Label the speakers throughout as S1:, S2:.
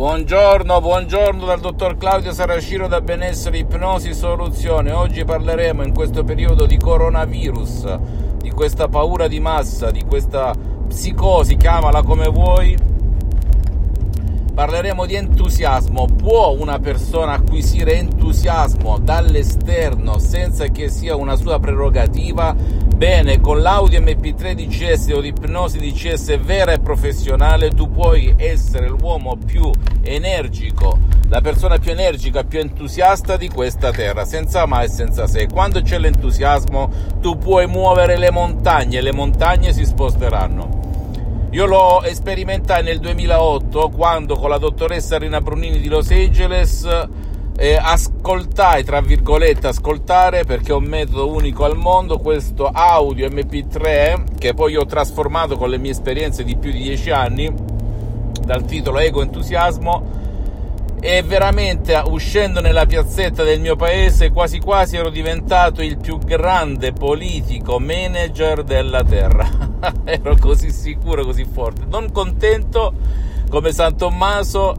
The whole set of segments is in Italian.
S1: Buongiorno dal dottor Claudio Saracino da Benessere Ipnosi Soluzione. Oggi parleremo in questo periodo di coronavirus, di questa paura di massa, di questa psicosi, chiamala come vuoi. Parleremo di entusiasmo. Può una persona acquisire entusiasmo dall'esterno senza che sia una sua prerogativa? Bene, con l'audio MP3 DCS o l'ipnosi DCS vera e professionale tu puoi essere l'uomo più energico, la persona più energica, più entusiasta di questa terra, senza ma e senza se. Quando c'è l'entusiasmo tu puoi muovere le montagne si sposteranno. Io l'ho sperimentai nel 2008 quando con la dottoressa Rina Brunini di Los Angeles ascoltai, tra virgolette, perché è un metodo unico al mondo, questo audio MP3 che poi ho trasformato con le mie esperienze di più di 10 anni dal titolo Ego Entusiasmo. E veramente, uscendo nella piazzetta del mio paese, quasi ero diventato il più grande politico manager della terra. Ero così sicuro, così forte. Non contento, come San Tommaso,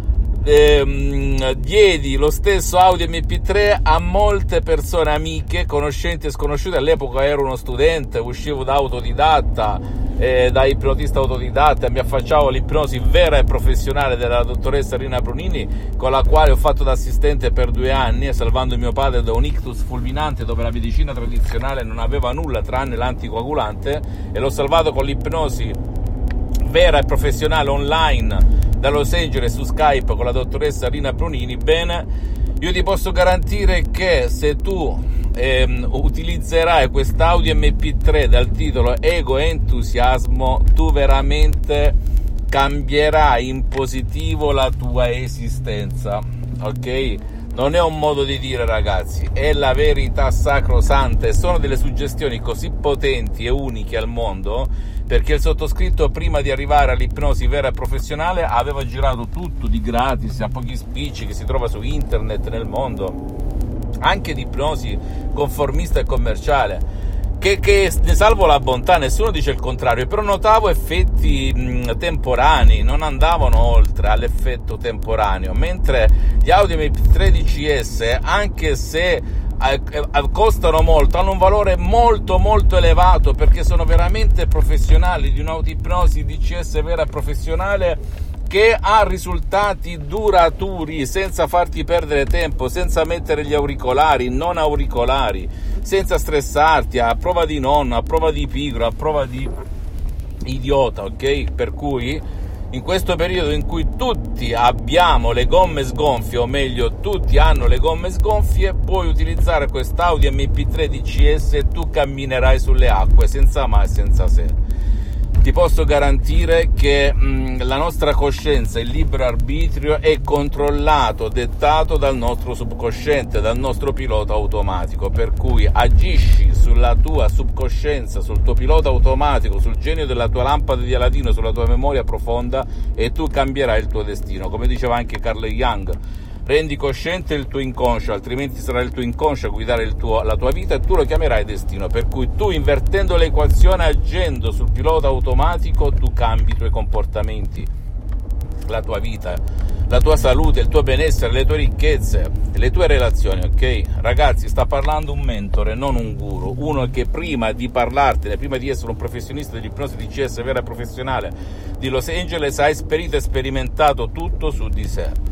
S1: diedi lo stesso audio MP3 a molte persone amiche, conoscenti e sconosciute. All'epoca ero uno studente, uscivo da autodidatta, da ipnotista autodidatta, e mi affacciavo all'ipnosi vera e professionale della dottoressa Rina Brunini, con la quale ho fatto da assistente per 2 anni, salvando mio padre da un ictus fulminante dove la medicina tradizionale non aveva nulla tranne l'anticoagulante, e l'ho salvato con l'ipnosi vera e professionale online da Los Angeles su Skype con la dottoressa Rina Brunini. Bene, io ti posso garantire che se tu utilizzerai quest'audio MP3 dal titolo Ego Entusiasmo, tu veramente cambierai in positivo la tua esistenza, ok? Non è un modo di dire, ragazzi, è la verità sacrosanta, e sono delle suggestioni così potenti e uniche al mondo, perché il sottoscritto, prima di arrivare all'ipnosi vera e professionale, aveva girato tutto di gratis a pochi spicci che si trova su internet nel mondo, anche di ipnosi conformista e commerciale, che ne salvo la bontà, nessuno dice il contrario, però notavo effetti temporanei, non andavano oltre all'effetto temporaneo, mentre gli audio MP3 DCS, anche se costano molto, hanno un valore molto elevato, perché sono veramente professionali, di un'autoipnosi DCS vera e professionale che ha risultati duraturi, senza farti perdere tempo, senza mettere gli auricolari, non auricolari, senza stressarti, a prova di nonno, a prova di pigro, a prova di idiota, ok? Per cui in questo periodo in cui tutti abbiamo le gomme sgonfie, o meglio tutti hanno le gomme sgonfie, puoi utilizzare quest'audio MP3 DCS e tu camminerai sulle acque senza ma e senza se. Ti posso garantire che la nostra coscienza, il libero arbitrio, è controllato, dettato dal nostro subconsciente, dal nostro pilota automatico, per cui agisci sulla tua subconscienza, sul tuo pilota automatico, sul genio della tua lampada di Aladino, sulla tua memoria profonda, e tu cambierai il tuo destino. Come diceva anche Carl Jung, rendi cosciente il tuo inconscio, altrimenti sarà il tuo inconscio a guidare la tua vita, e tu lo chiamerai destino. Per cui tu, invertendo l'equazione, agendo sul pilota automatico, tu cambi i tuoi comportamenti, la tua vita, la tua salute, il tuo benessere, le tue ricchezze, le tue relazioni, ok? Ragazzi, sta parlando un mentore, non un guru, uno che prima di parlartene, prima di essere un professionista dell'ipnosi DCS vera e professionale di Los Angeles, ha sperimentato tutto su di sé.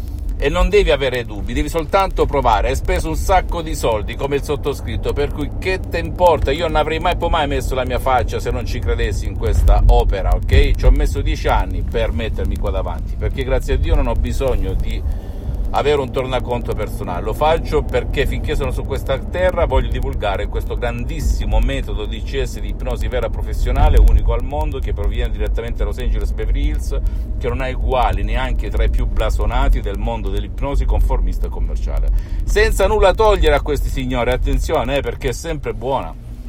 S1: E non devi avere dubbi, devi soltanto provare. Hai speso un sacco di soldi come il sottoscritto, per cui che te importa? Io non avrei mai messo la mia faccia se non ci credessi in questa opera, ok? Ci ho messo 10 anni per mettermi qua davanti, perché grazie a Dio non ho bisogno di avere un tornaconto personale. Lo faccio perché finché sono su questa terra voglio divulgare questo grandissimo metodo di DCS di ipnosi vera professionale, unico al mondo, che proviene direttamente da Los Angeles Beverly Hills, che non ha uguali neanche tra i più blasonati del mondo dell'ipnosi conformista e commerciale, senza nulla togliere a questi signori, attenzione, perché è sempre buona,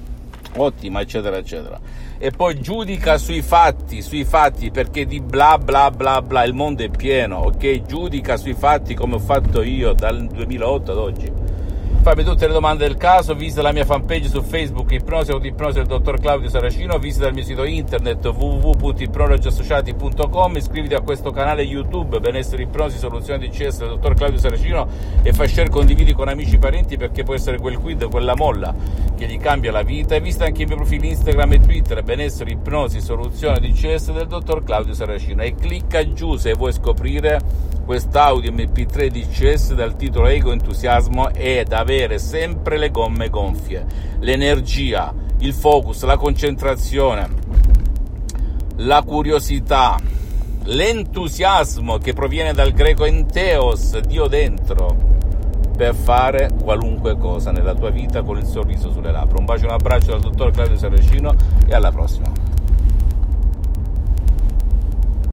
S1: ottima, eccetera eccetera. E poi giudica sui fatti, perché di bla bla bla bla il mondo è pieno, ok? Giudica sui fatti, come ho fatto io dal 2008 ad oggi. Fammi tutte le domande del caso, visita la mia fanpage su Facebook, Ipnosi Autoipnosi del dottor Claudio Saracino, visita il mio sito internet www.ipnologiassociati.com, iscriviti a questo canale YouTube Benessere Ipnosi Soluzioni DCS del dottor Claudio Saracino e fai share, condividi con amici e parenti, perché può essere quel quid, quella molla che gli cambia la vita. E visita anche i miei profili Instagram e Twitter Benessere Ipnosi Soluzioni DCS del dottor Claudio Saracino, e clicca giù se vuoi scoprire quest'audio MP3 DCS dal titolo Ego Entusiasmo ed avere sempre le gomme gonfie, l'energia, il focus, la concentrazione, la curiosità, l'entusiasmo che proviene dal greco entheos, Dio dentro, per fare qualunque cosa nella tua vita con il sorriso sulle labbra. Un bacio e un abbraccio dal dottor Claudio Saracino e alla prossima.